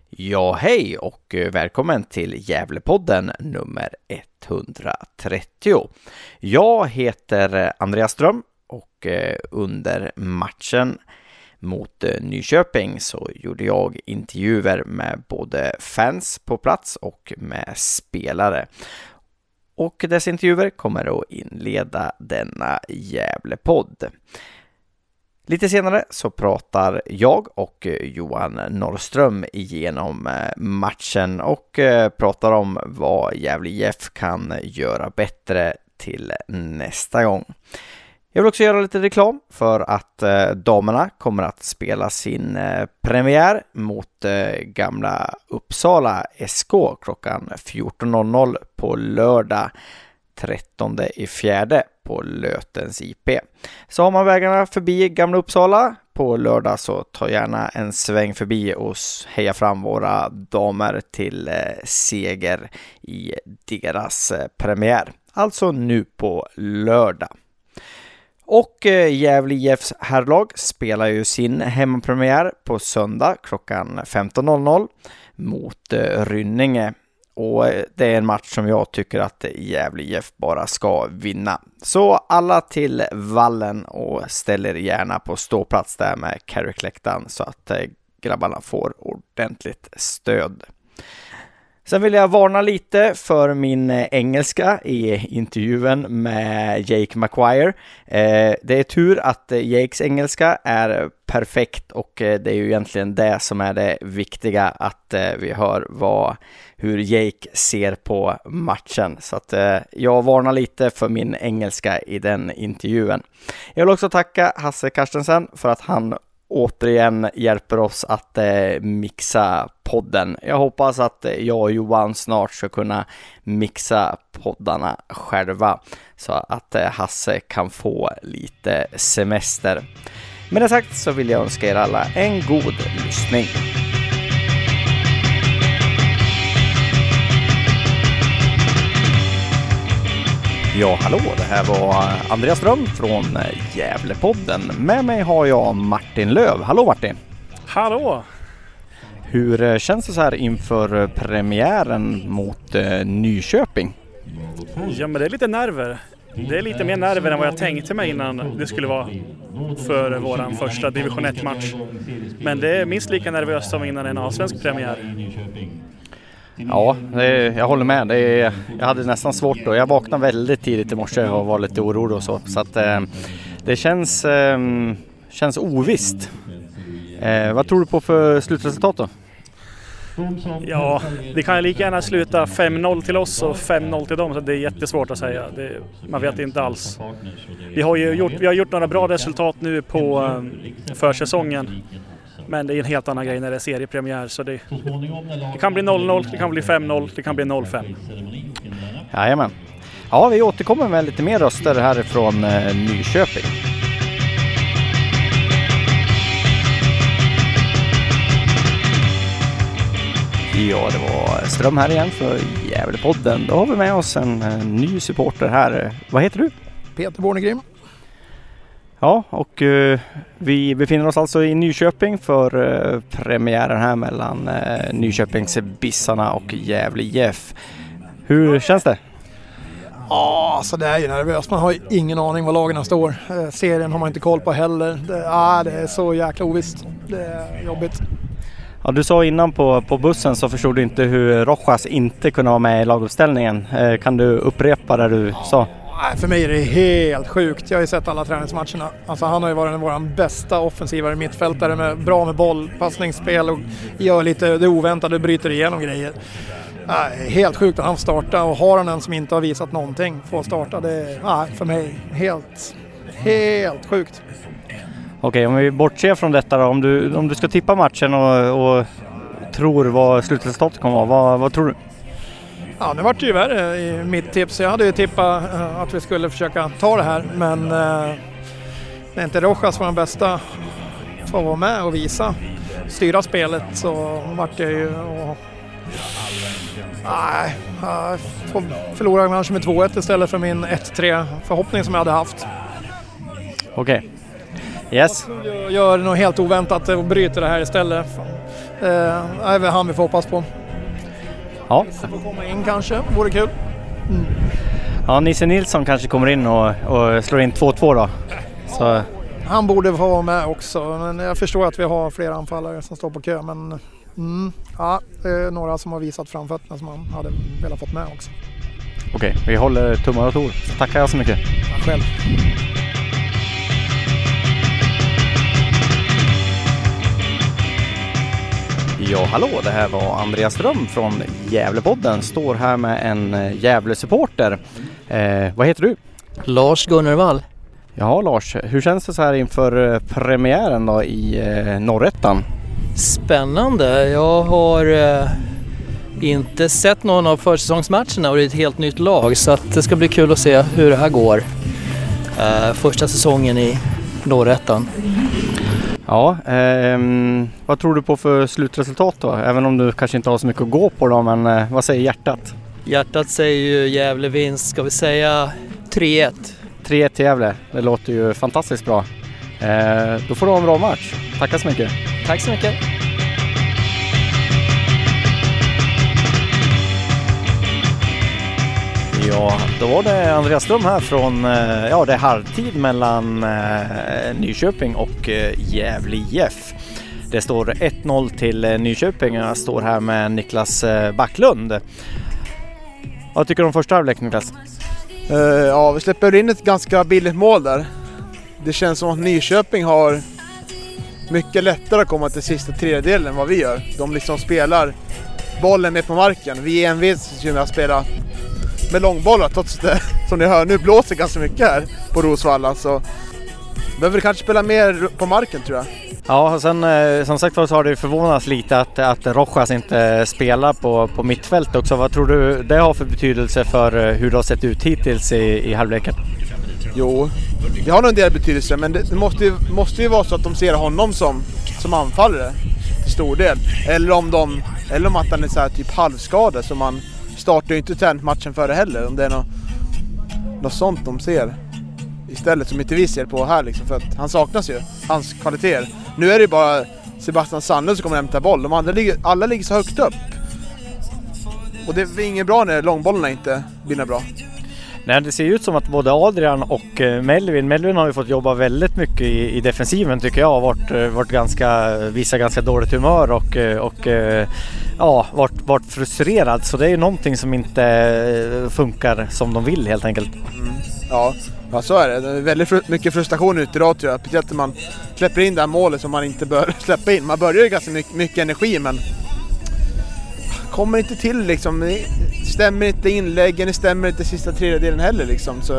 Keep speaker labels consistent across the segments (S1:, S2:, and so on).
S1: Ja, hej och välkommen till Gävlepodden nummer 130. Jag heter Andreas Ström och under matchen mot Nyköping så gjorde jag intervjuer med både fans på plats och med spelare. Och dessa intervjuer kommer att inleda denna Gävlepodd. Lite senare så pratar jag och Johan Norrström igenom matchen och pratar om vad Gävle IF kan göra bättre till nästa gång. Jag vill också göra lite reklam för att damerna kommer att spela sin premiär mot gamla Uppsala SK klockan 14.00 på lördag 13/4 på Lötens IP. Så har man vägarna förbi Gamla Uppsala på lördag så ta gärna en sväng förbi och heja fram våra damer till seger i deras premiär. Alltså nu på lördag. Och Gävle IFs herrlag spelar ju sin hemmapremiär på söndag klockan 15.00 mot Rynninge. Och det är en match som jag tycker att Gävle IF bara ska vinna. Så alla till vallen och ställer gärna på ståplats där med Carrick-läktaren så att grabbarna får ordentligt stöd. Sen vill jag varna lite för min engelska i intervjun med Jake Maguire. Det är tur att Jakes engelska är perfekt och det är ju egentligen det som är det viktiga, att vi hör hur Jake ser på matchen. Så att jag varnar lite för min engelska i den intervjun. Jag vill också tacka Hasse Karstensen för att han återigen hjälper oss att mixa podden. Jag hoppas att jag och Johan snart ska kunna mixa poddarna själva så att Hasse kan få lite semester. Med det sagt så vill jag önska er alla en god lyssning. Ja, hallå, det här var Andreas Ström från Gävlepodden. Med mig har jag Martin Löv. Hallå Martin!
S2: Hallå!
S1: Hur känns det så här inför premiären mot Nyköping?
S2: Ja, men det är lite nerver. Det är lite mer nerver än vad jag tänkte mig innan det skulle vara för våran första division 1-match. Men det är minst lika nervöst som innan en allsvensk premiär.
S1: Ja, jag håller med. Jag hade nästan svårt då. Jag vaknade väldigt tidigt i morse och var lite orolig och så. Så att det känns ovisst. Vad tror du på för slutresultat då?
S2: Ja, det kan lika gärna sluta 5-0 till oss och 5-0 till dem. Så det är jättesvårt att säga. Man vet inte alls. Vi har gjort några bra resultat nu på försäsongen. Men det är en helt annan grej när det är seriepremiär. Så det kan bli 0-0, det kan bli 5-0, det kan bli 0-5.
S1: Jajamän. Ja, vi återkommer med lite mer röster härifrån Nyköping. Ja, det var Ström här igen för Gävlepodden. Då har vi med oss en ny supporter här. Vad heter du?
S3: Peter Bornegrim.
S1: Ja, och vi befinner oss alltså i Nyköping för premiären här mellan Nyköpings Bissarna och Gävle IF. Hur känns det?
S3: Ja, så det är ju nervöst. Man har ju ingen aning var lagarna står. Serien har man inte koll på heller. Det är så jäkla ovisst. Det är jobbigt.
S1: Ja, du sa innan på bussen så förstod du inte hur Rojas inte kunde vara med i laguppställningen. Kan du upprepa det du sa?
S3: För mig är det helt sjukt. Jag har ju sett alla träningsmatcherna. Alltså, han har ju varit vår bästa offensivare mittfältare, bra med boll, passningsspel och gör lite det oväntade, bryter igenom grejer. Helt sjukt att han får starta, och har han en som inte har visat någonting får starta. Det är för mig helt sjukt.
S1: Okej, om vi bortser från detta då, om du ska tippa matchen och tror vad slutresultatet kommer vara, vad tror du?
S3: Ja, nu vart det ju värre i mitt tips. Jag hade ju tippat att vi skulle försöka ta det här, men när inte Rojas var den bästa får vara med och styra spelet, så vart jag ju... jag får förlora kanske med 2-1 istället för min 1-3 förhoppning som jag hade haft.
S1: Okej. Yes.
S3: Jag gör något helt oväntat och bryter det här istället. Det är väl han vi får hoppas på.
S1: Ja.
S3: Så får komma in kanske, vore kul.
S1: Ja, Nisse Nilsson kanske kommer in och slår in 2-2 då. Så.
S3: Han borde få vara med också, men jag förstår att vi har flera anfallare som står på kö. Men ja, det är några som har visat framfötterna som man hade velat fått med också.
S1: Okej, vi håller tummar och tår. Tackar jag så mycket.
S3: Tack själv.
S1: Ja, hallå, det här var Andreas Ström från Gävlepodden. Står här med en Gävle-supporter. Vad heter du?
S4: Lars Gunnarvall.
S1: Ja, Lars, hur känns det så här inför premiären då i Norrettan?
S4: Spännande. Jag har inte sett någon av försäsongsmatcherna och det är ett helt nytt lag, så att det ska bli kul att se hur det här går. Första säsongen i Norrettan.
S1: Ja, vad tror du på för slutresultat då? Även om du kanske inte har så mycket att gå på då, men vad säger hjärtat?
S4: Hjärtat säger ju Gävle vinst, ska vi säga 3-1.
S1: 3-1 till Gävle, det låter ju fantastiskt bra. Då får du ha en bra match. Tackar så mycket.
S4: Tack så mycket.
S1: Ja, då var det Andreas Ström här från, ja det är halvtid mellan Nyköping och Gävle IF. Det står 1-0 till Nyköping. Jag står här med Niklas Backlund. Vad tycker du om första halvlek, Niklas?
S5: Ja, vi släpper in ett ganska billigt mål där. Det känns som att Nyköping har mycket lättare att komma till sista tredjedelen än vad vi gör. De liksom spelar bollen med på marken. Vi är envis med att spela med långbollar, trots det som ni hör nu blåser ganska mycket här på Rosvalla, så behöver kanske spela mer på marken, tror jag.
S1: Ja, och sen som sagt så har det förvånats lite att Rojas inte spelar på mittfält också. Vad tror du det har för betydelse för hur det har sett ut hittills i halvleken?
S5: Jo, det har nog en del betydelse, men det måste ju vara så att de ser honom som anfallare till stor del. Eller om att han är så här typ halvskadad, så man startar ju inte matchen före heller. Om det är något sånt de ser istället, som inte vi ser på här liksom, för att han saknas ju, hans kvaliteter. Nu är det ju bara Sebastian Sandlund som kommer hämta boll. Alla ligger så högt upp. Och det är inget bra när långbollarna inte blir bra.
S1: Nej, det ser ut som att både Adrian och Melvin har ju fått jobba väldigt mycket i defensiven, tycker jag. Har visat ganska dåligt humör och varit frustrerad. Så det är ju någonting som inte funkar som de vill, helt enkelt.
S5: Ja, så är det. Det är väldigt mycket frustration ute idag, tror jag. Speciellt när man släpper in det här målet som man inte bör släppa in. Man börjar ju ganska mycket energi, men kommer inte till liksom. Det stämmer inte inläggen, det stämmer inte sista tredjedelen heller liksom, så.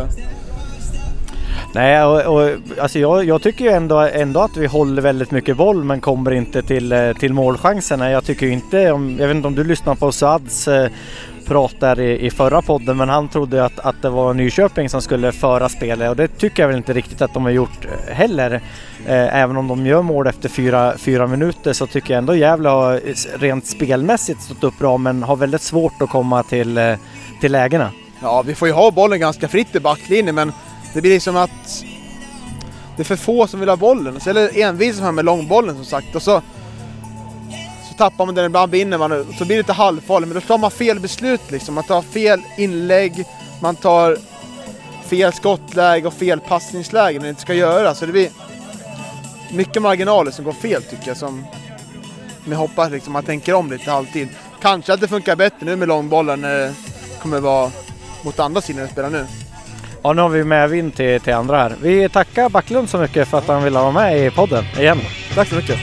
S1: Nej, och alltså jag tycker ju ändå att vi håller väldigt mycket boll, men kommer inte till målchanserna. Jag tycker ju inte, jag vet inte om du lyssnar på Sads pratar i förra podden, men han trodde att det var Nyköping som skulle föra spelet, och det tycker jag väl inte riktigt att de har gjort heller. Även om de gör mål efter fyra minuter, så tycker jag ändå Gävle har rent spelmässigt stått upp bra, men har väldigt svårt att komma till lägena. Ja,
S5: vi får ju ha bollen ganska fritt i backlinjen, men det blir liksom att det är för få som vill ha bollen. Så är det envis här med långbollen, som sagt, och så tappar man den, ibland vinner man, så blir det lite halvfarligt, men då tar man fel beslut liksom. Man tar fel inlägg, man tar fel skottläge och fel passningsläge när det inte ska göra, så det blir mycket marginaler som går fel, tycker jag, som jag hoppas liksom man tänker om lite alltid. Kanske att det funkar bättre nu med långbollen när det kommer vara mot andra sidan att spela nu.
S1: Ja, nu har vi medvind till andra här. Vi tackar Backlund så mycket för att han ville vara med i podden igen.
S5: Tack så mycket.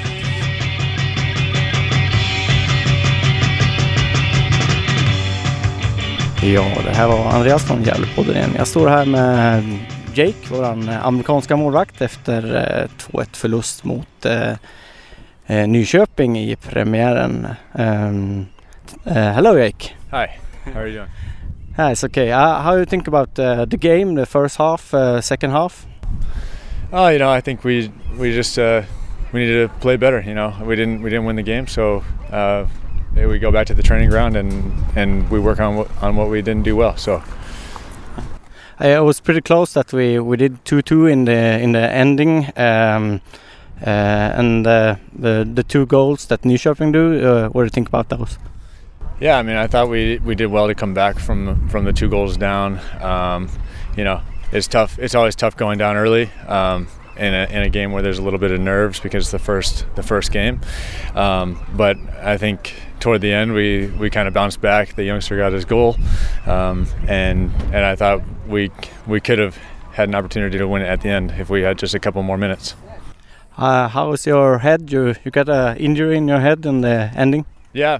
S1: Ja, det här var Andreas från Gävlepodden igen. Jag står här med Jake, våran amerikanska målvakt, efter 2-1 förlust mot Nyköping i premiären. Hello, Jake.
S6: Hi, how are you doing?
S1: Hi, it's okay. How do you think about the game, the first half, second half?
S6: I think we just we needed to play better. We didn't win the game, so we go back to the training ground and we work on what we didn't do well. So
S1: it was pretty close that we did 2-2 in the ending. And the 2 goals that Nyköping do, what do you think about those?
S6: Yeah, I mean, I thought we did well to come back from the 2 goals down. It's tough. It's always tough going down early in a game where there's a little bit of nerves because it's the first game. But I think toward the end we kind of bounced back. The youngster got his goal, and I thought we could have had an opportunity to win it at the end if we had just a couple more minutes.
S1: How is your head? You got an injury in your head in the ending?
S6: Yeah,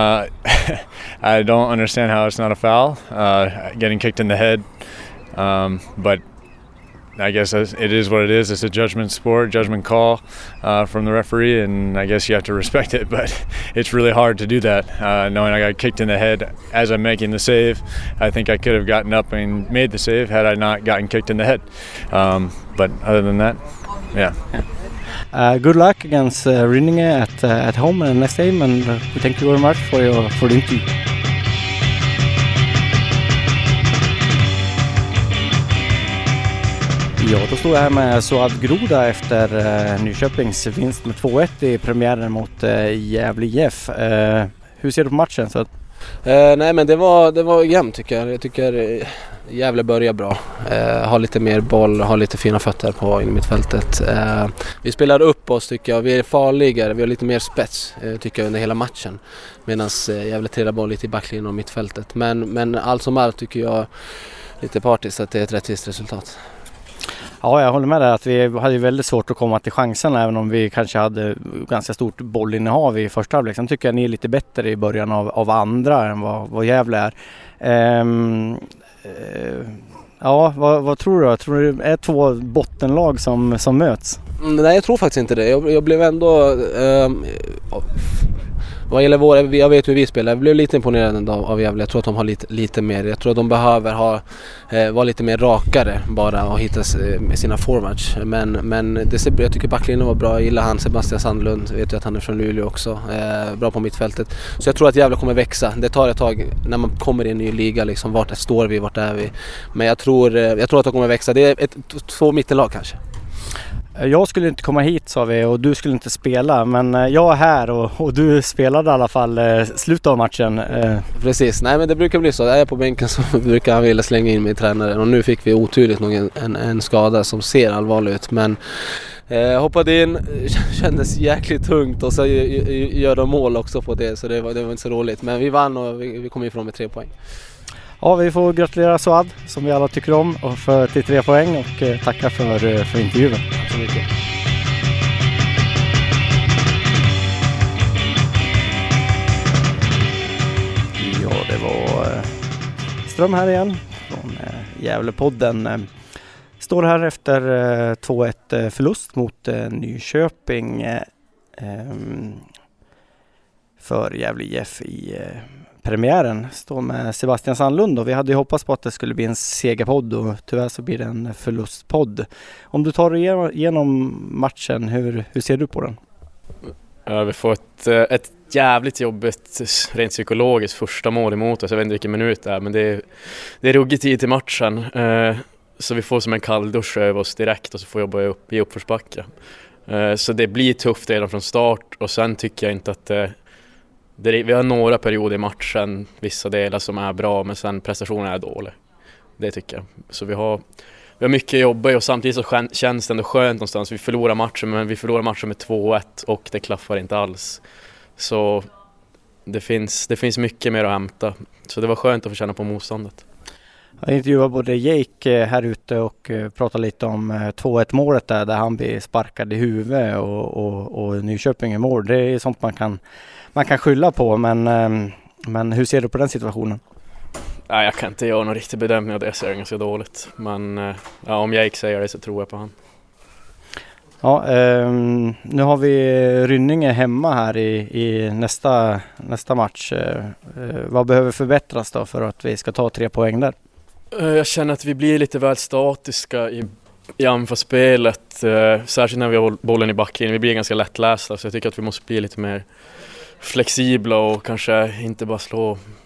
S6: I don't understand how it's not a foul, getting kicked in the head, but I guess it is what it is. It's a judgment sport, judgment call from the referee, and I guess you have to respect it, but it's really hard to do that. Knowing I got kicked in the head as I'm making the save, I think I could have gotten up and made the save had I not gotten kicked in the head. But other than that, yeah.
S1: Good luck against Rynninge at home in the next game, and we thank you very much for the interview. Ja, då står jag här med Suad Groda efter Nyköpings vinst med 2-1 i premiären mot Gävle IF. Hur ser du på matchen? Så?
S7: Nej, men det var jämnt tycker jag. Jag tycker Gävle börjar bra. Har lite mer boll, har lite fina fötter på in i mittfältet. Vi spelar upp oss tycker jag. Vi är farligare, vi har lite mer spets tycker jag under hela matchen. Medan Gävle trillar boll lite i backlinjen och mittfältet. Men allt som allt tycker jag lite partiskt att det är ett rättvist resultat.
S1: Ja, jag håller med där att vi hade väldigt svårt att komma till chansen även om vi kanske hade ganska stort bollinnehav i första halvlek. Sen tycker jag ni är lite bättre i början av andra än vad Gävle är. Ja, vad tror du? Tror du det är 2 bottenlag som möts?
S7: Nej, jag tror faktiskt inte det. Jag blev ändå... Vad gäller jag vet hur vi spelar. Jag blev lite imponerad av Gävle. Jag tror att de har lite mer. Jag tror att de behöver vara lite mer rakare bara och hitta med sina forwards. Men jag tycker backlinjen var bra. Jag gillar han Sebastian Sandlund. Vet ju att han är från Luleå också. Bra på mittfältet. Så jag tror att Gävle kommer växa. Det tar ett tag när man kommer i en ny liga. Liksom, vart står vi? Vart är vi? Men jag tror att de kommer växa. Det är 2 mittenlag kanske.
S1: Jag skulle inte komma hit sa vi och du skulle inte spela, men jag är här och du spelade i alla fall slutet av matchen.
S7: Precis, nej men det brukar bli så. Är jag på bänken så brukar han vilja slänga in mig i tränaren och nu fick vi oturligt nog en skada som ser allvarlig ut, men hoppade in, kändes jäkligt tungt och så gör de mål också på det, så det var inte så roligt, men vi vann och vi kom ifrån med 3 poäng.
S1: Ja, vi får gratulera Suad som vi alla tycker om och till 3 poäng och tacka för intervjun.
S7: Tack så mycket.
S1: Ja, det var Ström här igen från Gävlepodden. Står här efter 2-1 förlust mot Nyköping för Gävle IF i premiären. Står med Sebastian Sandlund och vi hade ju hoppats på att det skulle bli en segerpodd och tyvärr så blir det en förlustpodd. Om du tar igenom matchen, hur ser du på den?
S8: Ja, vi får ett jävligt jobbigt rent psykologiskt första mål emot oss. Jag vet inte vilken minut det är, men det är ruggig tid till matchen. Så vi får som en kalldusch över oss direkt och så får jobba i uppförsbacke. Så det blir tufft redan från start och sen tycker jag inte att vi har några perioder i matchen, vissa delar som är bra, men sen prestationen är dålig. Det tycker jag. Så vi har mycket att jobba i och samtidigt så känns det ändå skönt någonstans. Vi förlorar matchen, men vi förlorar matchen med 2-1 och det klaffar inte alls. Så det finns mycket mer att hämta. Så det var skönt att få känna på motståndet.
S1: Jag intervjuade både Jake här ute och pratade lite om 2-1 målet där han blir sparkad i huvudet och Nyköping i mål. Det är sånt man kan skylla på, men hur ser du på den situationen?
S8: Nej, jag kan inte göra någon riktig bedömning av det, så är det ganska dåligt. Men om Jake säger det så tror jag på han.
S1: Ja, nu har vi Rynninge hemma här i nästa match. Vad behöver förbättras då för att vi ska ta 3 poäng där?
S8: Jag känner att vi blir lite väl statiska i anfallsspelet, särskilt när vi har bollen i backlinjen. Vi blir ganska lättlästa, så jag tycker att vi måste bli lite mer flexibla och kanske inte bara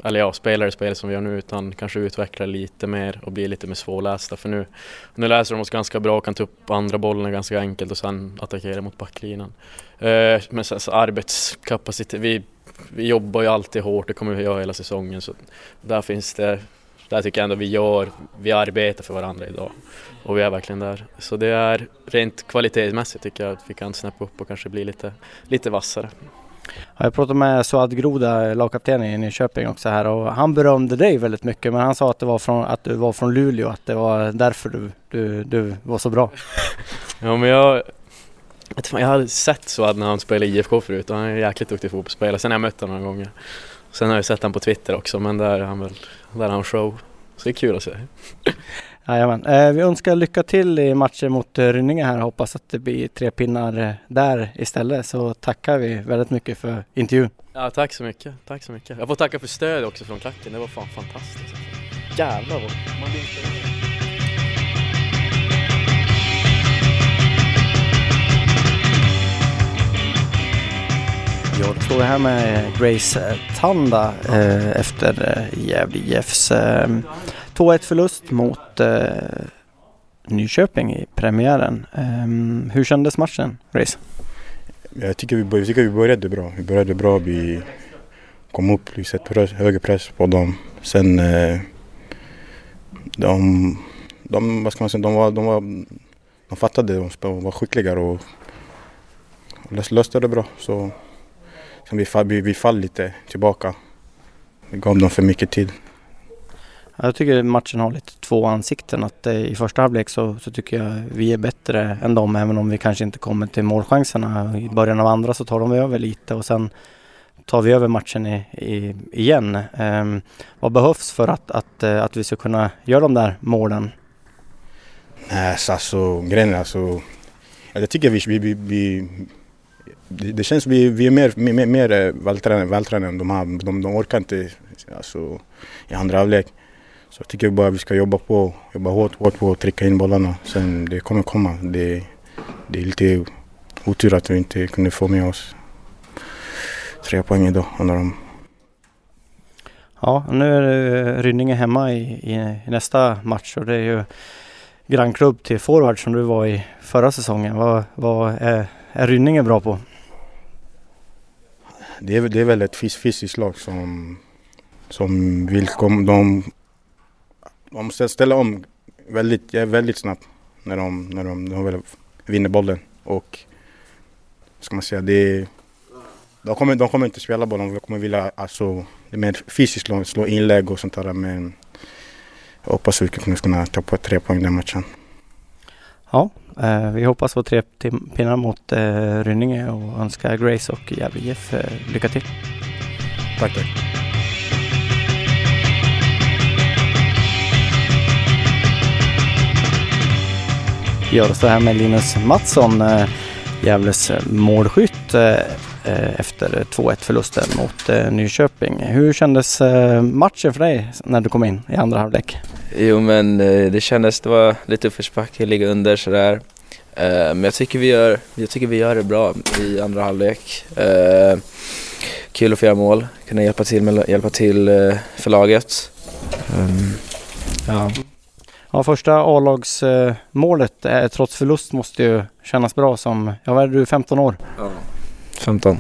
S8: spelare spel som vi gör nu, utan kanske utveckla lite mer och bli lite mer svårlästa. För nu läser de oss ganska bra, kan ta upp andra bollen ganska enkelt och sen attackera mot backlinan. Men sen så arbetskapacitet, vi jobbar ju alltid hårt, det kommer vi göra hela säsongen, så där tycker jag ändå vi arbetar för varandra idag och vi är verkligen där. Så det är rent kvalitetsmässigt tycker jag att vi kan snäppa upp och kanske bli lite vassare.
S1: Jag pratade med Suad Groda, lagkapten i Nyköping också här, och han berömde dig väldigt mycket, men han sa att du var från Luleå, att det var därför du var så bra.
S8: Ja, men jag hade sett Suad när han spelade i IFK förut och han är jäkligt duktig fotbollsspelare. Sen har jag mött honom några gånger. Sen har jag sett honom på Twitter också, men där är han show. Så det är kul att se.
S1: Jajamän. Vi önskar lycka till i matchen mot Rynninge här. Hoppas att det blir 3 pinnar där istället. Så tackar vi väldigt mycket för intervjun.
S8: Ja, tack så mycket. Jag får tacka för stöd också från klacken. Det var fan fantastiskt. Jävlar vad man blir inte...
S1: Jag står här med Grace Tanda efter Gävle IFs 2-1 förlust mot Nyköping i premiären. Hur kändes matchen, Grace?
S9: Jag tycker vi började bra. Vi kom upp, vi satte högre press på dem. Sen vad ska man säga, de fattade, de var skickligare och löste det bra. Så sen vi fall lite tillbaka. Vi gav dem för mycket tid.
S1: Jag tycker matchen har lite 2 ansikten. Att i första halvlek så tycker jag vi är bättre än dem, även om vi kanske inte kommer till målchanserna. I början av andra så tar de över lite och sen tar vi över matchen igen. Vad behövs för att vi ska kunna göra de där målen?
S9: Grejen alltså, jag tycker det känns vi är mer vältränade än de orkar inte alltså, i andra halvlek. Så jag tycker bara vi ska jobba hårt på att trycka in bollarna. Sen det kommer komma. Det är lite otur att vi inte kunde få med oss 3 poäng idag.
S1: Ja, nu är det Rynninge hemma i nästa match, och det är ju grannklubb till forward som du var i förra säsongen. Vad är Rynninge bra på?
S9: Det är väl ett fysiskt lag som vill komma. De ställer om väldigt snabbt när de vinner bollen, och ska man säga de kommer inte spela bollen, de kommer vilja alltså det mer fysiskt slå inlägg och sånt där, men jag hoppas vi kunna ta på 3 poäng den matchen.
S1: Ja, vi hoppas på 3 pinnar mot Rynninge och önskar Grace och Gävle IF lycka till.
S9: Tack.
S1: Jag står här med Linus Mattsson, Gävles målskytt efter 2-1 förlusten mot Nyköping. Hur kändes matchen för dig när du kom in i andra halvlek?
S10: Jo, men det var lite uppförsbacke att ligga under sådär. Men jag tycker vi gör det bra i andra halvlek. Kul att få göra mål, kunna hjälpa till för laget.
S1: Ja, första A-lagsmålet trots förlust måste ju kännas bra som, vad är du, 15 år?
S10: Ja, 15.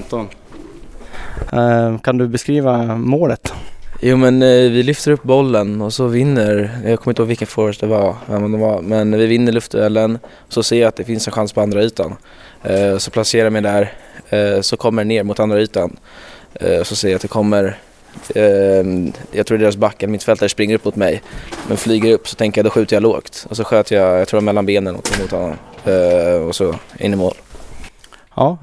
S1: Kan du beskriva målet?
S10: Jo, men vi lyfter upp bollen och så vinner, jag kommer inte ihåg vilken forward det var, men vi vinner luftduellen, så ser jag att det finns en chans på andra ytan. Så placerar jag mig där, så kommer ner mot andra ytan, så ser jag att det kommer, jag tror deras backen, mittfältare springer upp mot mig, men flyger upp, så tänker jag då skjuter jag lågt, och så sköt jag tror mellan benen mot honom, och så in i mål.
S1: Ja,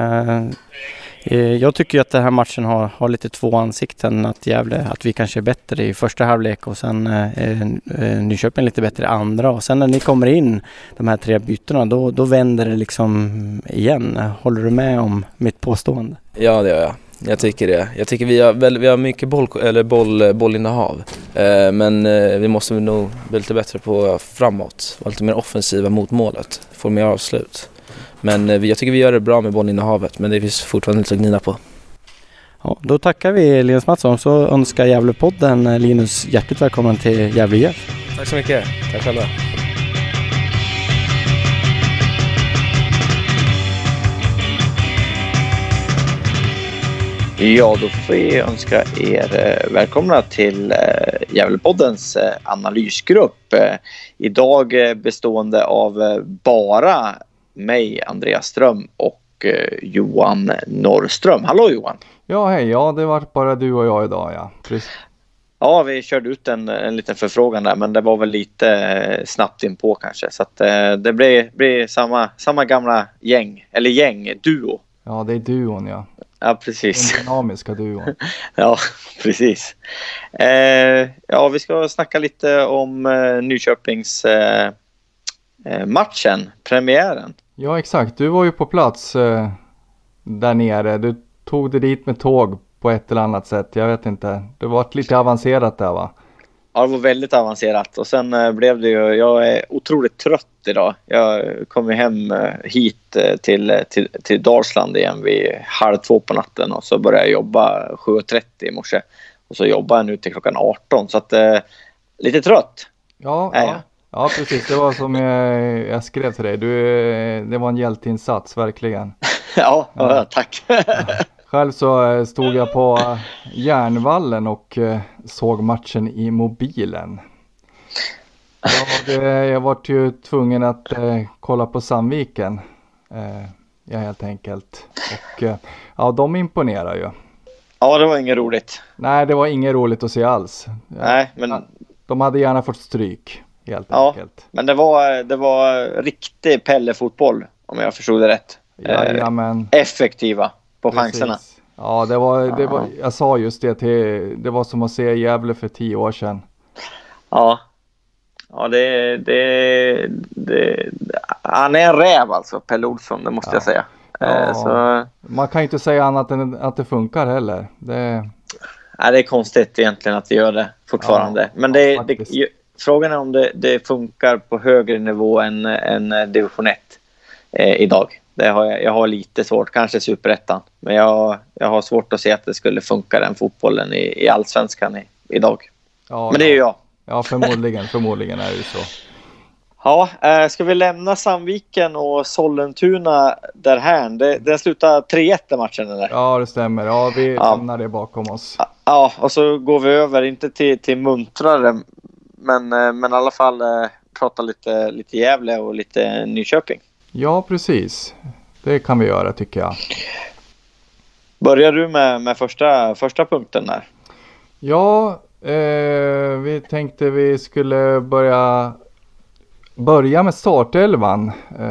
S1: jag tycker att den här matchen har lite 2 ansikten, att vi kanske är bättre i första halvlek och sen Nyköping lite bättre i andra, och sen när ni kommer in de här 3 bytena då vänder det liksom igen. Håller du med om mitt påstående?
S10: Ja, det gör jag. Jag tycker det. Jag tycker vi har mycket bollinnehav, men vi måste nog bli lite bättre på framåt, vara lite mer offensiva mot målet, få mer avslut. Men jag tycker vi gör det bra med bollinnehavet, men det finns fortfarande lite att gnida på.
S1: Ja, då tackar vi Linus Mattsson, så önskar Gävlepodden Linus hjärtligt välkommen till Gävle IF.
S10: Tack så mycket. Tack själva.
S1: Ja, då får vi önska er välkomna till Gävlepoddens analysgrupp. Idag bestående av bara mig, Andreas Ström, och Johan Norrström. Hallå Johan!
S11: Ja, hej. Ja, det var bara du och jag idag, ja. Precis.
S1: Ja, vi körde ut en liten förfrågan där, men det var väl lite snabbt in på kanske. Så att det blir samma gamla duo.
S11: Ja, det är duon, ja.
S1: Ja, precis.
S11: Den dynamiska duon.
S1: Ja, precis. Ja, vi ska snacka lite om Nyköpings matchen, premiären.
S11: Ja, exakt. Du var ju på plats där nere. Du tog dig dit med tåg på ett eller annat sätt. Jag vet inte. Det var lite avancerat där, va?
S1: Ja, det var väldigt avancerat. Och sen blev det ju... Jag är otroligt trött idag. Jag kom ju hem hit till Dalsland igen vid 1:30 på natten. Och så började jag jobba 7:30 i morse. Och så jobbar jag nu till klockan 18. Så att lite trött.
S11: Ja, precis. Det var som jag skrev till dig. Det var en hjälteinsats, verkligen.
S1: Ja, tack.
S11: Själv så stod jag på Järnvallen och såg matchen i mobilen. Jag var ju tvungen att kolla på Sandviken. Helt enkelt. Och de imponerar ju.
S1: Ja, det var inget roligt.
S11: Nej, det var inget roligt att se alls.
S1: Nej, men...
S11: De hade gärna fått stryk, helt enkelt.
S1: Men det var riktig Pelle-fotboll, om jag förstod det rätt.
S11: Jajamän.
S1: Effektiva på chanserna.
S11: Ja, det var, jag sa just det, det var som att se Gävle för 10 år sedan.
S1: Ja, han är en räv alltså, Pelle Olsson, det måste jag säga. Så...
S11: Man kan ju inte säga annat än att det funkar heller. Det
S1: är konstigt egentligen att det gör det fortfarande. Men frågan är om det funkar på högre nivå än division 1 idag. Jag har lite svårt, kanske superettan. Men jag har svårt att se att det skulle funka den fotbollen i allsvenskan idag.
S11: Ja,
S1: men det är ju jag.
S11: Ja, förmodligen är det så.
S1: Ja, ska vi lämna Sandviken och Sollentuna därhän? Det slutar 3-1 matchen eller?
S11: Ja, det stämmer. Ja, vi lämnar det bakom oss.
S1: Ja, och så går vi över, inte till muntrare, men i alla fall prata lite Gävle och lite Nyköping.
S11: Ja, precis. Det kan vi göra, tycker jag.
S1: Börjar du med första punkten där?
S11: Ja, vi tänkte vi skulle börja med startelvan.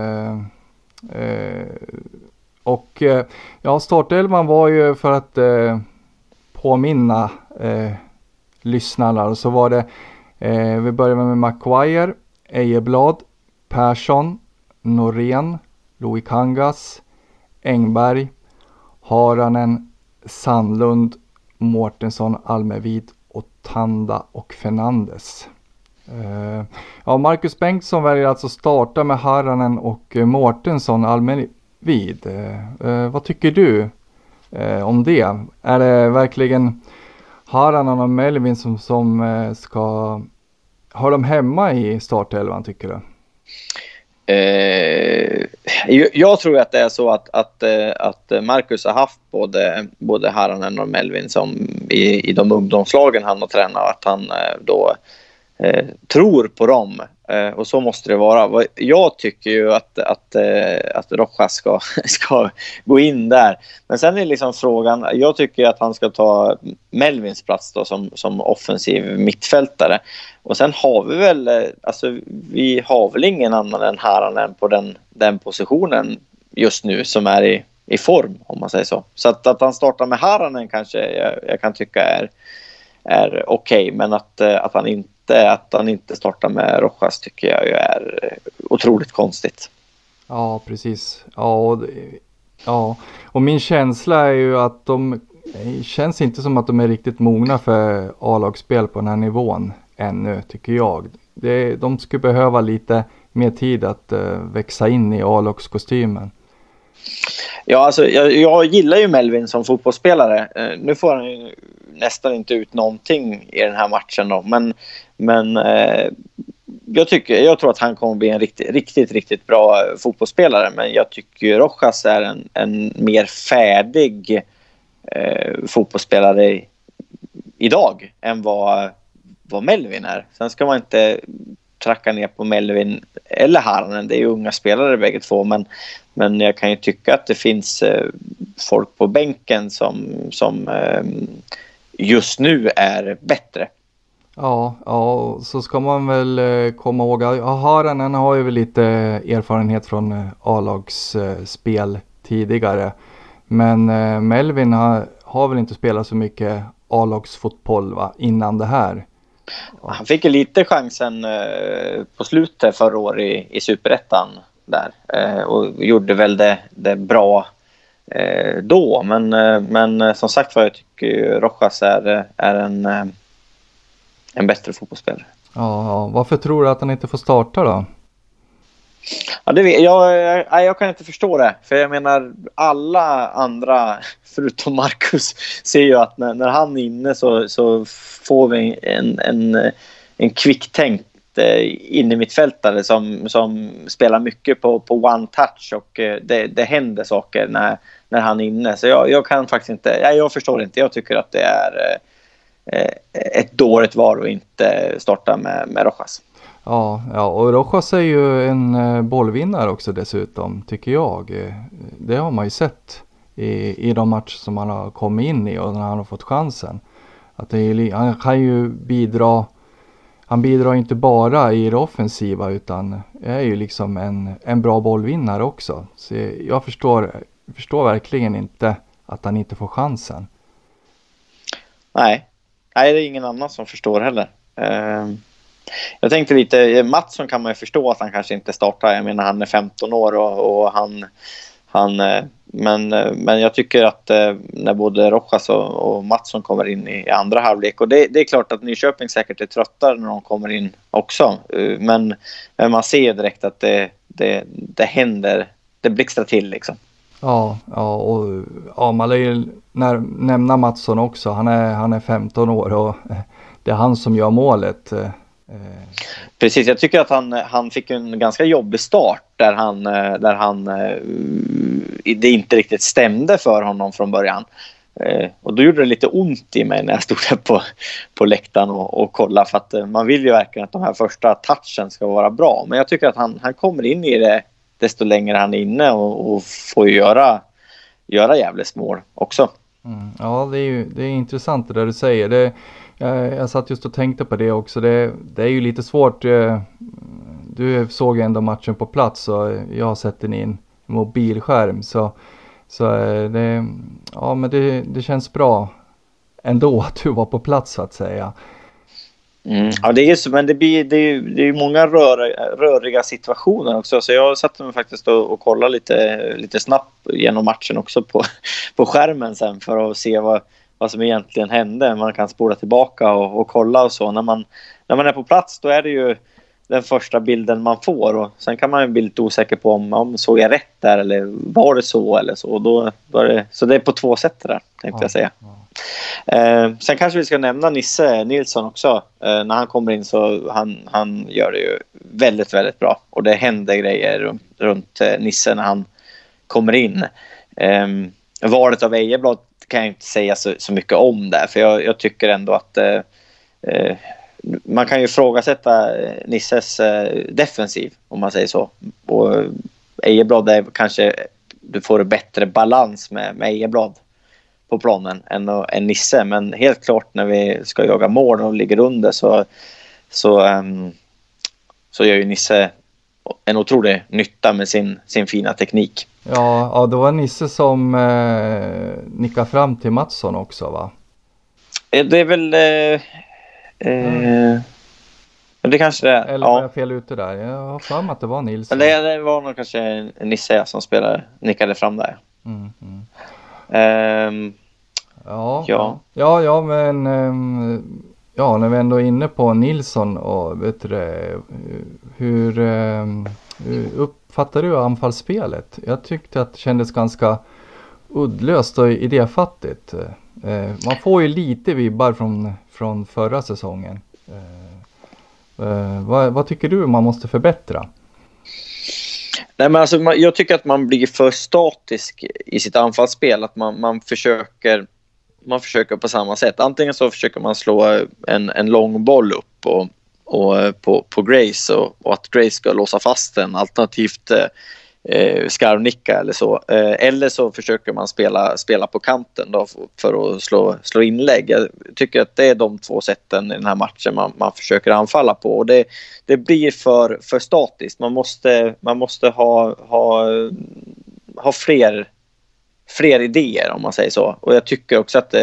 S11: Startelvan var ju för att påminna lyssnarna. Och så var det, vi började med Maguire, Ejeblad, Persson, Norén, Louis Kangas, Engberg, Haranen, Sandlund, Mårtensson, Almevid och Tanda och Fernandes. Marcus Bengtsson väljer alltså starta med Haranen och Mårtensson, Almevid. Vad tycker du om det? Är det verkligen Haranen och Melvin som ska... Har de hemma i startelvan, tycker du?
S1: Jag tror att det är så att Marcus har haft både Haranen och Melvin som i de ungdomslagen han har tränat, att han då tror på dem, och så måste det vara. Jag tycker ju att Rojas ska gå in där, men sen är liksom frågan, jag tycker att han ska ta Melvins plats då som offensiv mittfältare, och sen har vi väl vi har väl ingen annan än Haranen på den positionen just nu som är i form, om man säger så. Så att han startar med Haranen kanske jag kan tycka är okej, men att han inte startar med Rojas tycker jag är otroligt konstigt.
S11: Ja, precis. Och min känsla är ju att det känns inte som att de är riktigt mogna för A-lagsspel på den här nivån ännu, tycker jag. De skulle behöva lite mer tid att växa in i A-lagskostymen.
S1: Ja, alltså, jag gillar ju Melvin som fotbollsspelare. Nu får han ju nästan inte ut någonting i den här matchen då. Men jag tror att han kommer bli en riktigt bra fotbollsspelare. Men jag tycker Rojas är en mer färdig fotbollsspelare idag än vad Melvin är. Sen ska man inte tracka ner på Melvin eller Haranen. Det är ju unga spelare bägge två. Men jag kan ju tycka att det finns folk på bänken som just nu är bättre.
S11: Ja, så ska man väl komma ihåg. Haranen har ju väl lite erfarenhet från A-lagsspel tidigare. Men Melvin har väl inte spelat så mycket A-lagsfotboll innan det här.
S1: Han fick ju lite chansen på slutet förra året i Superettan där och gjorde väl det bra då. Men som sagt jag tycker Rojas är en bättre fotbollsspelare.
S11: Ja, varför tror du att han inte får starta då?
S1: Ja, jag kan inte förstå det. För jag menar, alla andra förutom Marcus ser ju att när han är inne så får vi en kvicktänkt in i mittfältare som spelar mycket på one touch och det händer saker när han är inne. Så jag kan faktiskt inte, jag förstår inte. Jag tycker att det är ett dåligt val att inte starta med Rojas.
S11: Ja, och Rojas är ju en bollvinnare också dessutom, tycker jag. Det har man ju sett i de matcher som han har kommit in i och när han har fått chansen. Att han kan ju bidra. Han bidrar inte bara i det offensiva utan är ju liksom en bra bollvinnare också. Så jag förstår verkligen inte att han inte får chansen.
S1: Nej, det är ingen annan som förstår heller. Jag tänkte lite, Mattsson kan man ju förstå att han kanske inte startar. Jag menar, han är 15 år och men jag tycker att när både Rojas och Mattsson kommer in i andra halvlek, och det är klart att Nyköping säkert är tröttare när de kommer in också, men man ser direkt att det händer, det blixtrar till liksom.
S11: Ja, man lär ju nämna Mattsson också. Han är 15 år och det är han som gör målet.
S1: Precis, jag tycker att han fick en ganska jobbig start där han det inte riktigt stämde för honom från början. Och då gjorde det lite ont i mig när jag stod där på läktaren och kollade, för att man vill ju verkligen att de här första touchen ska vara bra. Men jag tycker att han kommer in i det desto längre han är inne och får ju göra jävligt mål också.
S11: Ja, det är intressant det där du säger. Jag satt just och tänkte på det också. Det är ju lite svårt. Du såg ju ändå matchen på plats och jag har sett den i en mobilskärm. Så det känns bra ändå att du var på plats så att säga.
S1: Ja, det är så, men det är många röriga situationer också, så jag satte mig faktiskt och kollade lite snabbt genom matchen också på skärmen sen för att se vad som egentligen hände. Man kan spola tillbaka och kolla och så. När man är på plats, då är det ju den första bilden man får, och sen kan man ju bli lite osäker på om såg jag rätt där eller var det så eller så. Då är det, så det är på två sätt där, tänkte jag säga. Sen kanske vi ska nämna Nisse Nilsson också. När han kommer in så han gör det ju väldigt, väldigt bra. Och det händer grejer runt Nisse när han kommer in. Valet av Ejeblad kan jag inte säga så mycket om där. För jag tycker ändå att man kan ju ifrågasätta Nisses defensiv, om man säger så. Och Ejeblad är kanske, du får en bättre balans med Ejeblad på planen än Nisse, men helt klart när vi ska jaga mål och ligger under så gör ju Nisse en otrolig nytta med sin fina teknik.
S11: Ja, det var Nisse som nickade fram till Mattsson också, va?
S1: Det är väl det kanske det är.
S11: Eller var jag fel ute där? Jag har för mig att det var Nilsson.
S1: Det var nog kanske Nisse som nickade fram där.
S11: Ja, men när vi ändå är inne på Nilsson och vet du, hur uppfattar du anfallsspelet? Jag tyckte att det kändes ganska uddlöst och idéfattigt. Man får ju lite vibbar från förra säsongen. Vad tycker du man måste förbättra?
S12: Nej, men alltså, jag tycker att man blir för statisk i sitt anfallsspel. Att man försöker på samma sätt. Antingen så försöker man slå en lång boll upp på Grace och att Grace ska låsa fast den, alternativt skarvnicka eller så. Eller så försöker man spela på kanten då för att slå inlägg. Jag tycker att det är de två sätten i den här matchen man försöker anfalla på. Och det blir för statiskt. Man måste ha fler idéer, om man säger så. Och jag tycker också att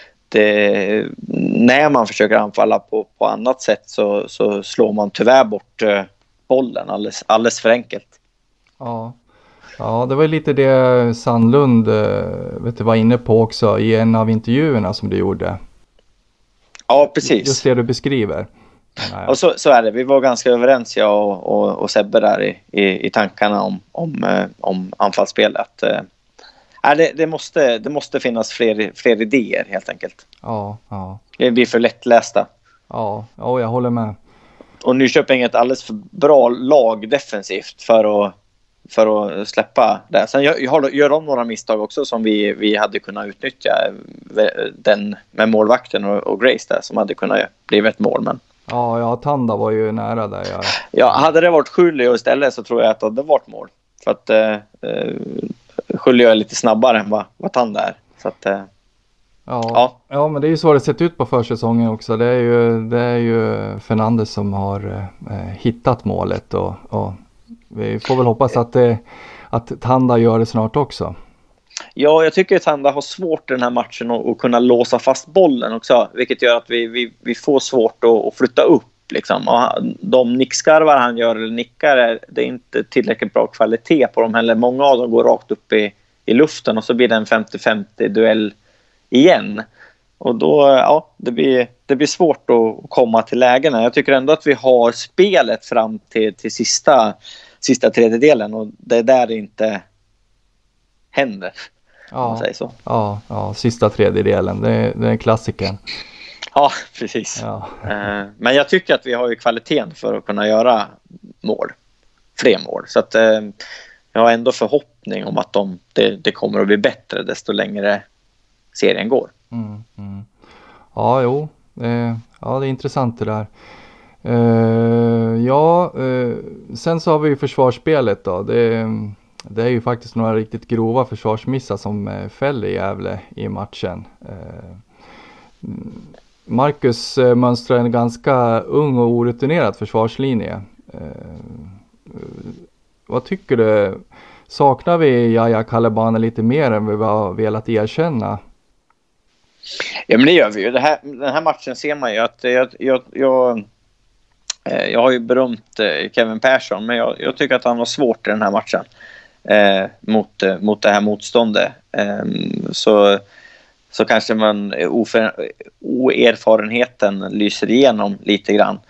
S12: när man försöker anfalla på annat sätt så slår man tyvärr bort bollen alldeles för enkelt.
S11: Ja, det var lite det Sandlund var inne på också i en av intervjuerna som du gjorde.
S12: Ja, precis.
S11: Just det du beskriver.
S12: Och så är det. Vi var ganska överens, jag och Sebbe där i tankarna om anfallsspelet. Det måste finnas fler idéer helt enkelt.
S11: Ja.
S12: Det blir för lättlästa.
S11: Ja, jag håller med.
S12: Och Nyköping är ett alldeles för bra lag defensivt för att släppa det. Sen gör de några misstag också som vi hade kunnat utnyttja. Den med målvakten och Grace där som hade kunnat bli ett mål. Men...
S11: Ja, Tanda var ju nära där.
S12: Ja, hade det varit Julio istället så tror jag att det hade varit mål. För att Julio är lite snabbare än vad Tanda är. Så att,
S11: Ja, men det är ju så det sett ut på försäsongen också. Det är ju Fernandes som har hittat målet och vi får väl hoppas att Tanda gör det snart också.
S12: Ja, jag tycker att Tanda har svårt i den här matchen att kunna låsa fast bollen också. Vilket gör att vi får svårt att flytta upp. Liksom. Och de nickskarvar han gör eller nickar, det är inte tillräckligt bra kvalitet på dem heller. Många av dem går rakt upp i luften och så blir det en 50-50 duell igen. Och då, det blir svårt att komma till lägena. Jag tycker ändå att vi har spelet fram till sista tredjedelen och det är där det inte händer. Om man säger så.
S11: Ja, sista tredjedelen, det är klassiken.
S12: Ja, precis.
S11: Ja.
S12: Men jag tycker att vi har ju kvaliteten för att kunna göra fler mål. Så att jag har ändå förhoppning om att det kommer att bli bättre desto längre serien går.
S11: Ja, jo. Det är intressant det där. Sen så har vi ju försvarsspelet då. Det är ju faktiskt några riktigt grova försvarsmissar som fäller Gävle i matchen. Marcus mönstrar en ganska ung och orutinerad försvarslinje. Vad tycker du? Saknar vi Yahya Kalebane lite mer än vi har velat erkänna?
S12: Ja, men det gör vi ju. Den här matchen ser man ju att jag har ju berömt Kevin Persson, men jag tycker att han var svårt i den här matchen mot det här motståndet. Så kanske oerfarenheten lyser igenom lite grann.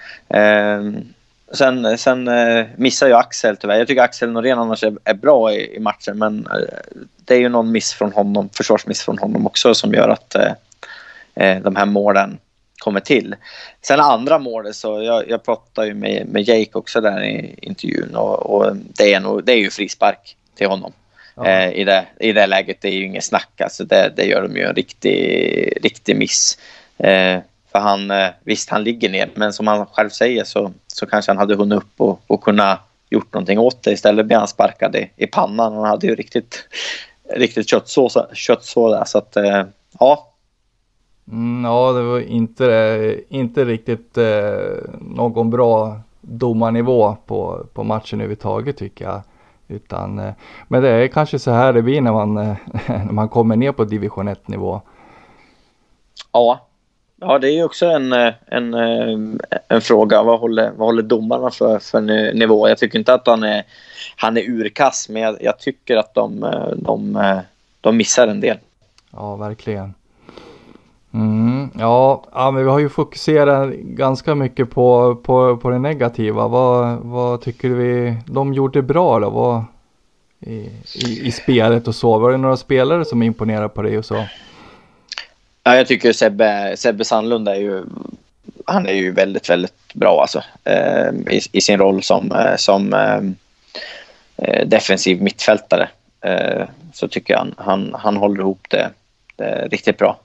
S12: Sen missar ju Axel tyvärr. Jag tycker Axel Norén annars är bra i matchen, men det är ju någon försvarsmiss från honom också som gör att de här målen kommer till. Sen andra målet så jag pratar ju med Jake också där i intervjun och det är ju frispark till honom. Ja. I det läget det är ju ingen snack, alltså det gör de ju en riktig miss. För han ligger ner, men som han själv säger så kanske han hade hunnit upp och kunna gjort någonting åt det. Istället blir han sparkad i pannan. Han hade ju riktigt köttsår där, så att ja.
S11: Ja, det var inte riktigt någon bra domarnivå på matchen överhuvudtaget tycker jag. Men det är kanske så här det blir när man kommer ner på division 1-nivå.
S12: Ja, det är ju också en fråga. Vad håller domarna för nivå? Jag tycker inte att han är urkass, men jag tycker att de missar en del.
S11: Ja, verkligen. Ja, men vi har ju fokuserat ganska mycket på det negativa. Vad tycker vi de gjorde bra då? i spelet och så. Var det några spelare som imponerar på dig och så?
S12: Ja, jag tycker Sebbe Sandlund han är ju väldigt, väldigt bra alltså, i sin roll som defensiv mittfältare. Så tycker jag han håller ihop det riktigt bra.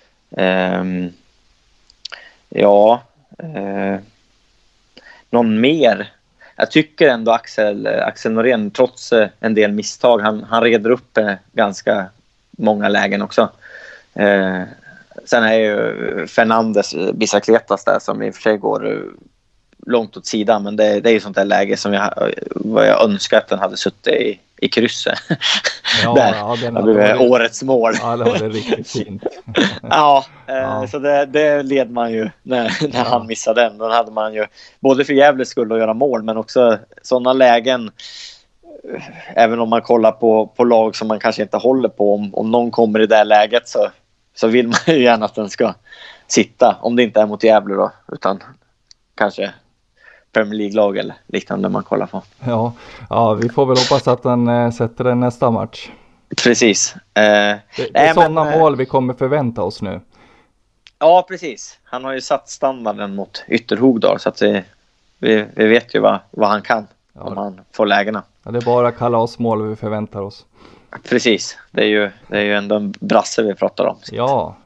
S12: Någon mer? Jag tycker ändå Axel Norén, trots en del misstag, han reder upp ganska många lägen också. Sen är ju Fernandes Bicicletas där som i och för sig går långt åt sidan, men det är ju sånt där läge som jag önskar att den hade suttit i krysset.
S11: Ja,
S12: där.
S11: Ja,
S12: det blev årets mål.
S11: Ja, det var det riktigt fint.
S12: Så det led man ju när han missade den. Då hade man ju både för Gävles skull att göra mål, men också sådana lägen, även om man kollar på lag som man kanske inte håller på, om någon kommer i det läget så vill man ju gärna att den ska sitta, om det inte är mot Gävle då, utan kanske Premier League-lag eller liknande man kollar på.
S11: Ja, vi får väl hoppas att den sätter den nästa match.
S12: Precis.
S11: Det är sådana mål vi kommer förvänta oss nu.
S12: Ja, precis. Han har ju satt standarden mot Ytterhogdal, så att vi vet ju vad han kan om han får lägena.
S11: Ja, det är bara kalasmål vi förväntar oss.
S12: Precis. Det är ju ändå en brasse vi pratar om.
S11: Ja.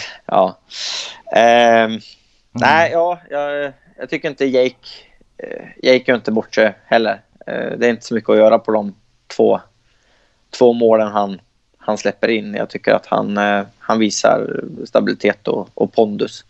S12: Nej, jag tycker inte Jake är inte bort sig heller. Det är inte så mycket att göra på de två målen han släpper in. Jag tycker att han visar stabilitet och pondus.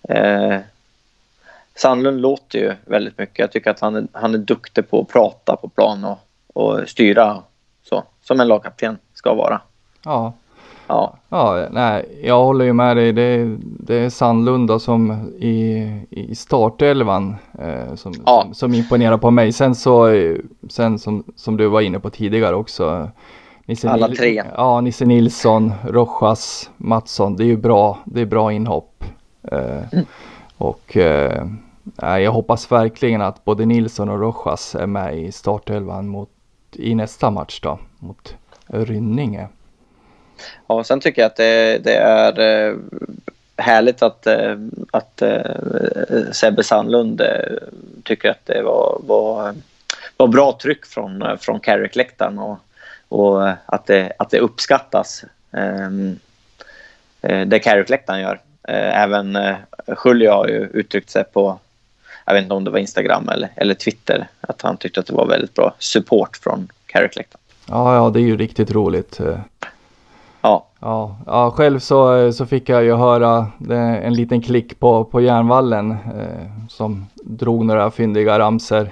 S12: Sandlund låter ju väldigt mycket. Jag tycker att han är duktig på att prata på plan och styra så, som en lagkapten ska vara.
S11: Ja, nej, jag håller ju med dig. Det är Sandlund då som i startelvan som imponerar på mig. Sen som du var inne på tidigare också.
S12: Alla tre.
S11: Ja, Nisse Nilsson, Rojas, Mattsson. Det är bra inhopp. Och jag hoppas verkligen att både Nilsson och Rojas är med i startelvan i nästa match då, mot Rynninge.
S12: Ja, sen tycker jag att det är härligt att Sebbe Sandlund tycker att det var bra tryck från Carrick-läktaren och att det uppskattas det Carrick-läktaren gör. Även Julio har ju uttryckt sig på, jag vet inte om det var Instagram eller Twitter, att han tyckte att det var väldigt bra support från Carrick-läktaren.
S11: Ja, det är ju riktigt roligt.
S12: Ja,
S11: själv så fick jag ju höra en liten klick på Järnvallen som drog några fyndiga ramser.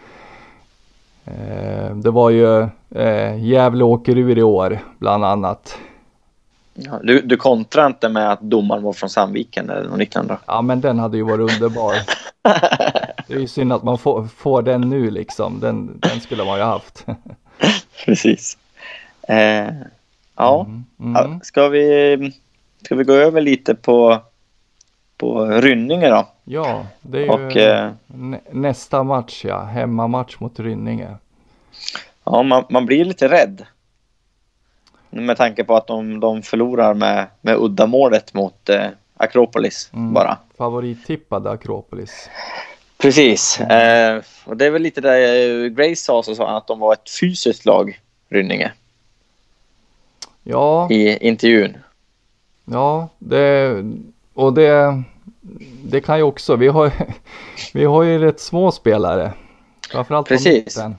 S11: Det var ju Gävle åker ur i år bland annat.
S12: Ja, du kontrar inte med att domaren var från Sandviken eller något liknande?
S11: Ja, men den hade ju varit underbar. Det är ju synd att man får den nu liksom. Den skulle man ju haft.
S12: Precis. Ska vi gå över lite på Rynninge då?
S11: Ja, det är ju nästa match, hemmamatch mot Rynninge.
S12: Ja, man blir lite rädd med tanke på att de förlorar med uddamålet mot Akropolis bara.
S11: Favorittippade Akropolis.
S12: Precis. Och det är väl lite där Grace sa att de var ett fysiskt lag, Rynninge.
S11: Ja.
S12: I intervjun.
S11: Ja, det kan ju också. Vi har ju rätt små spelare. Framförallt på mitten.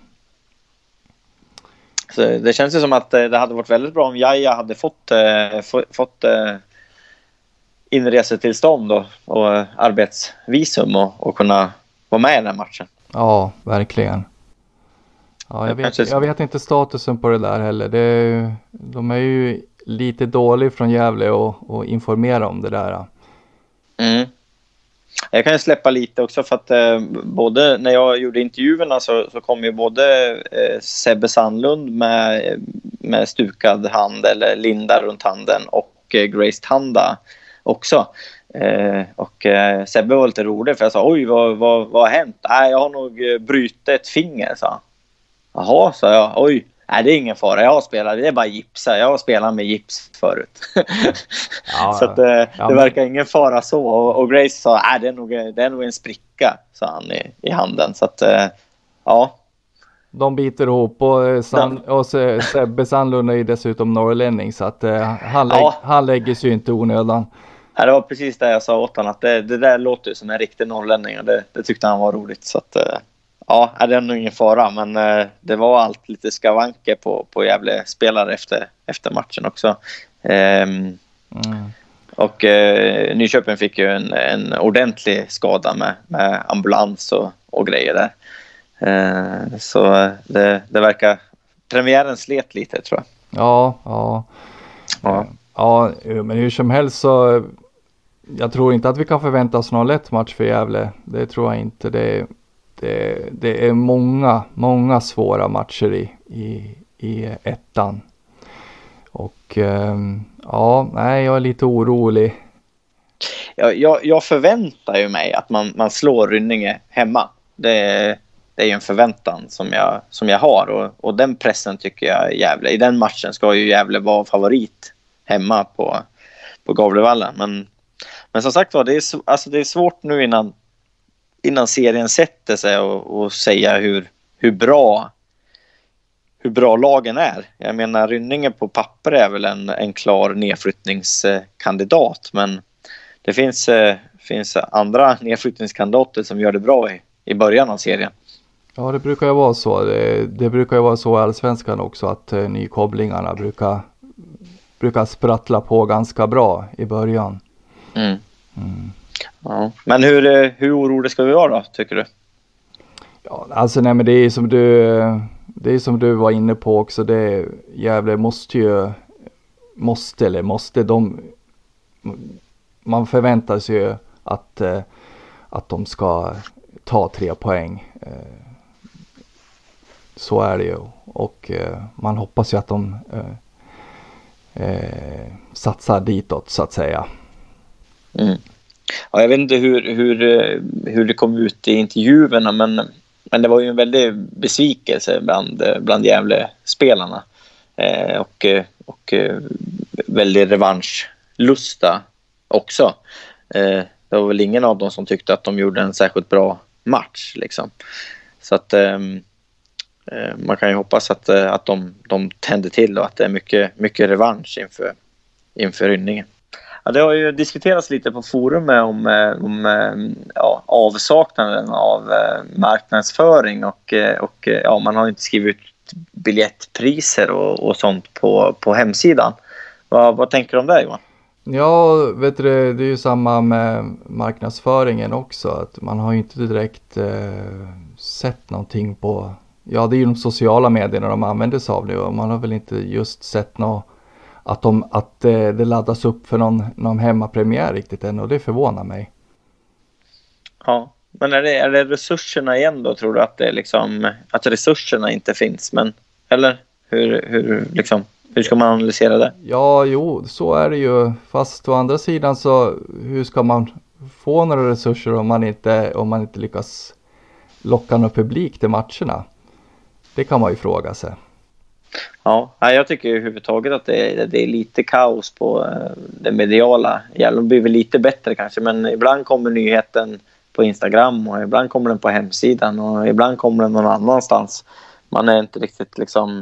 S12: Så det känns ju som att det hade varit väldigt bra om Jaja hade fått inresetillstånd och arbetsvisum och kunna vara med i den här matchen.
S11: Ja, verkligen. Ja, jag vet inte statusen på det där heller. De är ju lite dåliga från Gävle och informera om det där.
S12: Mm. Jag kan ju släppa lite också för att både när jag gjorde intervjuerna så kom ju både Sebbe Sandlund med stukad hand eller linda runt handen och Grace Tanda också. Och Sebbe var lite rolig för jag sa, oj vad har hänt? Nej, jag har nog brutit ett finger, sa han. Jaha, sa jag, oj. Nej, det är ingen fara. Jag har spelat, det är bara gipsa. Jag har spelat med gips förut. Så att, det verkar ingen fara så. Och Grace sa, det är nog en spricka, sa han i handen. Så att, ja.
S11: De biter ihop och Sebbe Sandlund är dessutom norrlänning, så att han lägger sig ju inte onödan.
S12: Ja, det var precis det jag sa åt honom, att det där låter ju som en riktig norrlänning, och det tyckte han var roligt. Så att, det är nog ingen fara, men det var allt lite skavanker på Gävle spelare efter matchen också. Och Nyköping fick ju en ordentlig skada med ambulans och grejer där. Så det verkar, premiären slet lite, tror jag.
S11: Ja, men hur som helst så jag tror inte att vi kan förvänta oss någon lätt match för Gävle. Det tror jag inte. Det är många svåra matcher i ettan. Och jag är lite orolig.
S12: Jag förväntar ju mig att man slår Rynninge hemma. Det är ju en förväntan som jag har, och den pressen tycker jag Gävle. I den matchen ska ju Gävle vara favorit hemma på Gavlevallen. Men som sagt var, det är svårt nu innan serien sätter sig och säga hur bra lagen är. Jag menar, Rynninge på papper är väl en klar nedflyttningskandidat, men det finns andra nedflyttningskandidater som gör det bra i början av serien.
S11: Ja, det brukar ju vara så. Det brukar ju vara så i Allsvenskan också, att nykopplingarna brukar sprattla på ganska bra i början.
S12: Ja. Men hur orolig ska vi vara då, tycker du?
S11: Ja, alltså men det är som du var inne på också. Gävle man förväntar sig ju att de ska ta 3 poäng. Så är det ju, och man hoppas ju att de satsar ditåt, så att säga.
S12: Ja, jag vet inte hur det kom ut i intervjuerna, men det var ju en väldig besvikelse bland Gävle-spelarna, och väldigt revanschlusta också. Det var väl ingen av dem som tyckte att de gjorde en särskilt bra match liksom. Så att man kan ju hoppas att de tänder till, och att det är mycket revansch inför Rynninge. Ja, det har ju diskuterats lite på forumet om avsaknaden av marknadsföring, och man har inte skrivit ut biljettpriser och sånt på hemsidan. Vad tänker du om det, Johan?
S11: Ja, vet du, det är ju samma med marknadsföringen också, att man har ju inte direkt sett någonting på, det är ju de sociala medierna de använder sig av nu, och man har väl inte just sett att det laddas upp för någon hemmapremiär riktigt än, och det förvånar mig.
S12: Ja, men är det resurserna igen då, tror du att det liksom, att resurserna inte finns, men eller hur ska man analysera det?
S11: Ja, jo, så är det ju, fast å andra sidan så hur ska man få några resurser om man inte lyckas locka någon publik till matcherna? Det kan man ju fråga sig.
S12: Ja, jag tycker överhuvudtaget att det är lite kaos på det mediala. Det blir väl lite bättre kanske, men ibland kommer nyheten på Instagram, och ibland kommer den på hemsidan, och ibland kommer den någon annanstans. Man är inte riktigt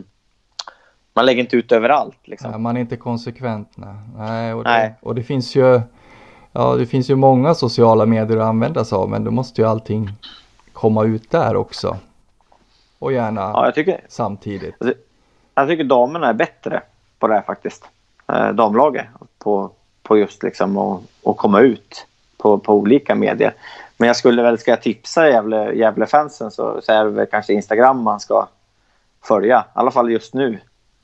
S12: man lägger inte ut överallt liksom.
S11: Nej, man är inte konsekvent. Nej. Och det finns ju det finns ju många sociala medier att använda sig av, men då måste ju allting komma ut där också. Och gärna samtidigt.
S12: Jag tycker damerna är bättre på det här faktiskt. Damlaget på just liksom att komma ut på olika medier. Men jag ska jag tipsa Gävle-fansen, så är det väl kanske Instagram man ska följa. I alla fall just nu.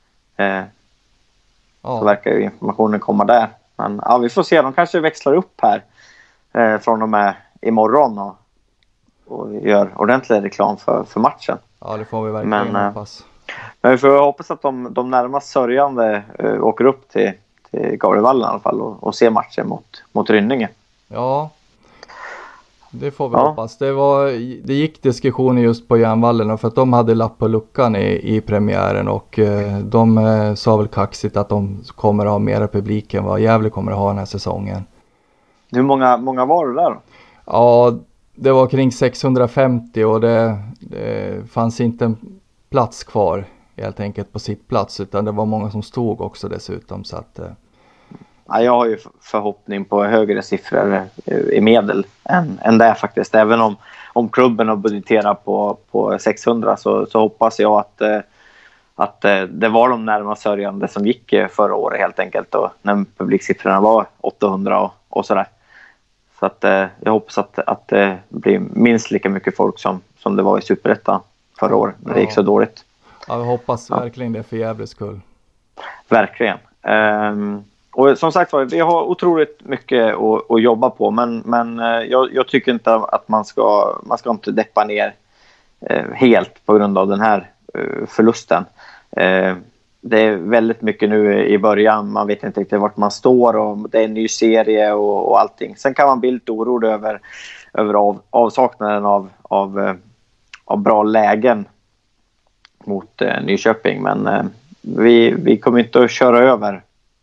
S12: Så verkar ju informationen komma där. Men vi får se. De kanske växlar upp här från och med imorgon och gör ordentlig reklam för matchen.
S11: Ja, det får vi verkligen hoppas.
S12: Men vi får hoppas att de närmast sörjande åker upp till Gavlevallen i alla fall och ser matchen mot Rynninge.
S11: Ja. det får vi hoppas. Det gick diskussioner just på Järnvallen för att de hade lapp på luckan i premiären och de sa väl kaxigt att de kommer att ha mera publik än vad Gävle kommer att ha den här säsongen.
S12: Hur många var det där då?
S11: Ja, det var kring 650 och det fanns inte en plats kvar helt enkelt på sitt plats, utan det var många som stod också dessutom. Så att,
S12: ja, jag har ju förhoppning på högre siffror i medel än det faktiskt. Även om klubben har budgeterat på 600 så hoppas jag att det var de närmast sörjande som gick förra året helt enkelt. Och när publiksiffrorna var 800 och sådär. Så att jag hoppas att det blir minst lika mycket folk som det var i Superettan förra året. När det gick så dåligt.
S11: Ja, jag hoppas verkligen det för Gävles skull. Verkligen.
S12: Och som sagt var, vi har otroligt mycket att jobba på. Men jag tycker inte att man ska inte deppa ner helt på grund av den här förlusten. Det är väldigt mycket nu i början. Man vet inte riktigt vart man står och det är en ny serie och allting. Sen kan man bli lite orolig över avsaknaden av bra lägen mot Nyköping. Men vi kommer inte att köra över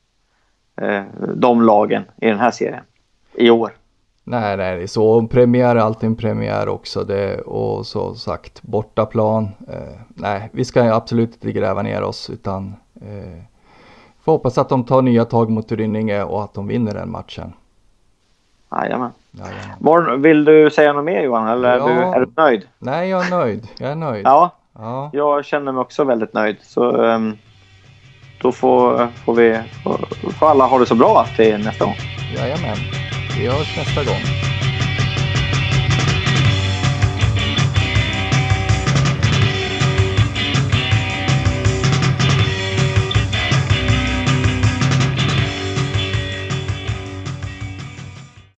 S12: de lagen i den här serien i år.
S11: Nej, det är så. Premiär är alltid en premiär också. Och så sagt, bortaplan. Nej, vi ska absolut inte gräva ner oss utan får hoppas att de tar nya tag mot Rynninge och att de vinner den matchen.
S12: Jajamän. Vill du säga något mer, Johan? Eller är du nöjd?
S11: Nej, jag är nöjd.
S12: Ja, jag känner mig också väldigt nöjd. Så då får alla ha det så bra till nästa gång.
S11: Jajamän, vi hörs nästa gång.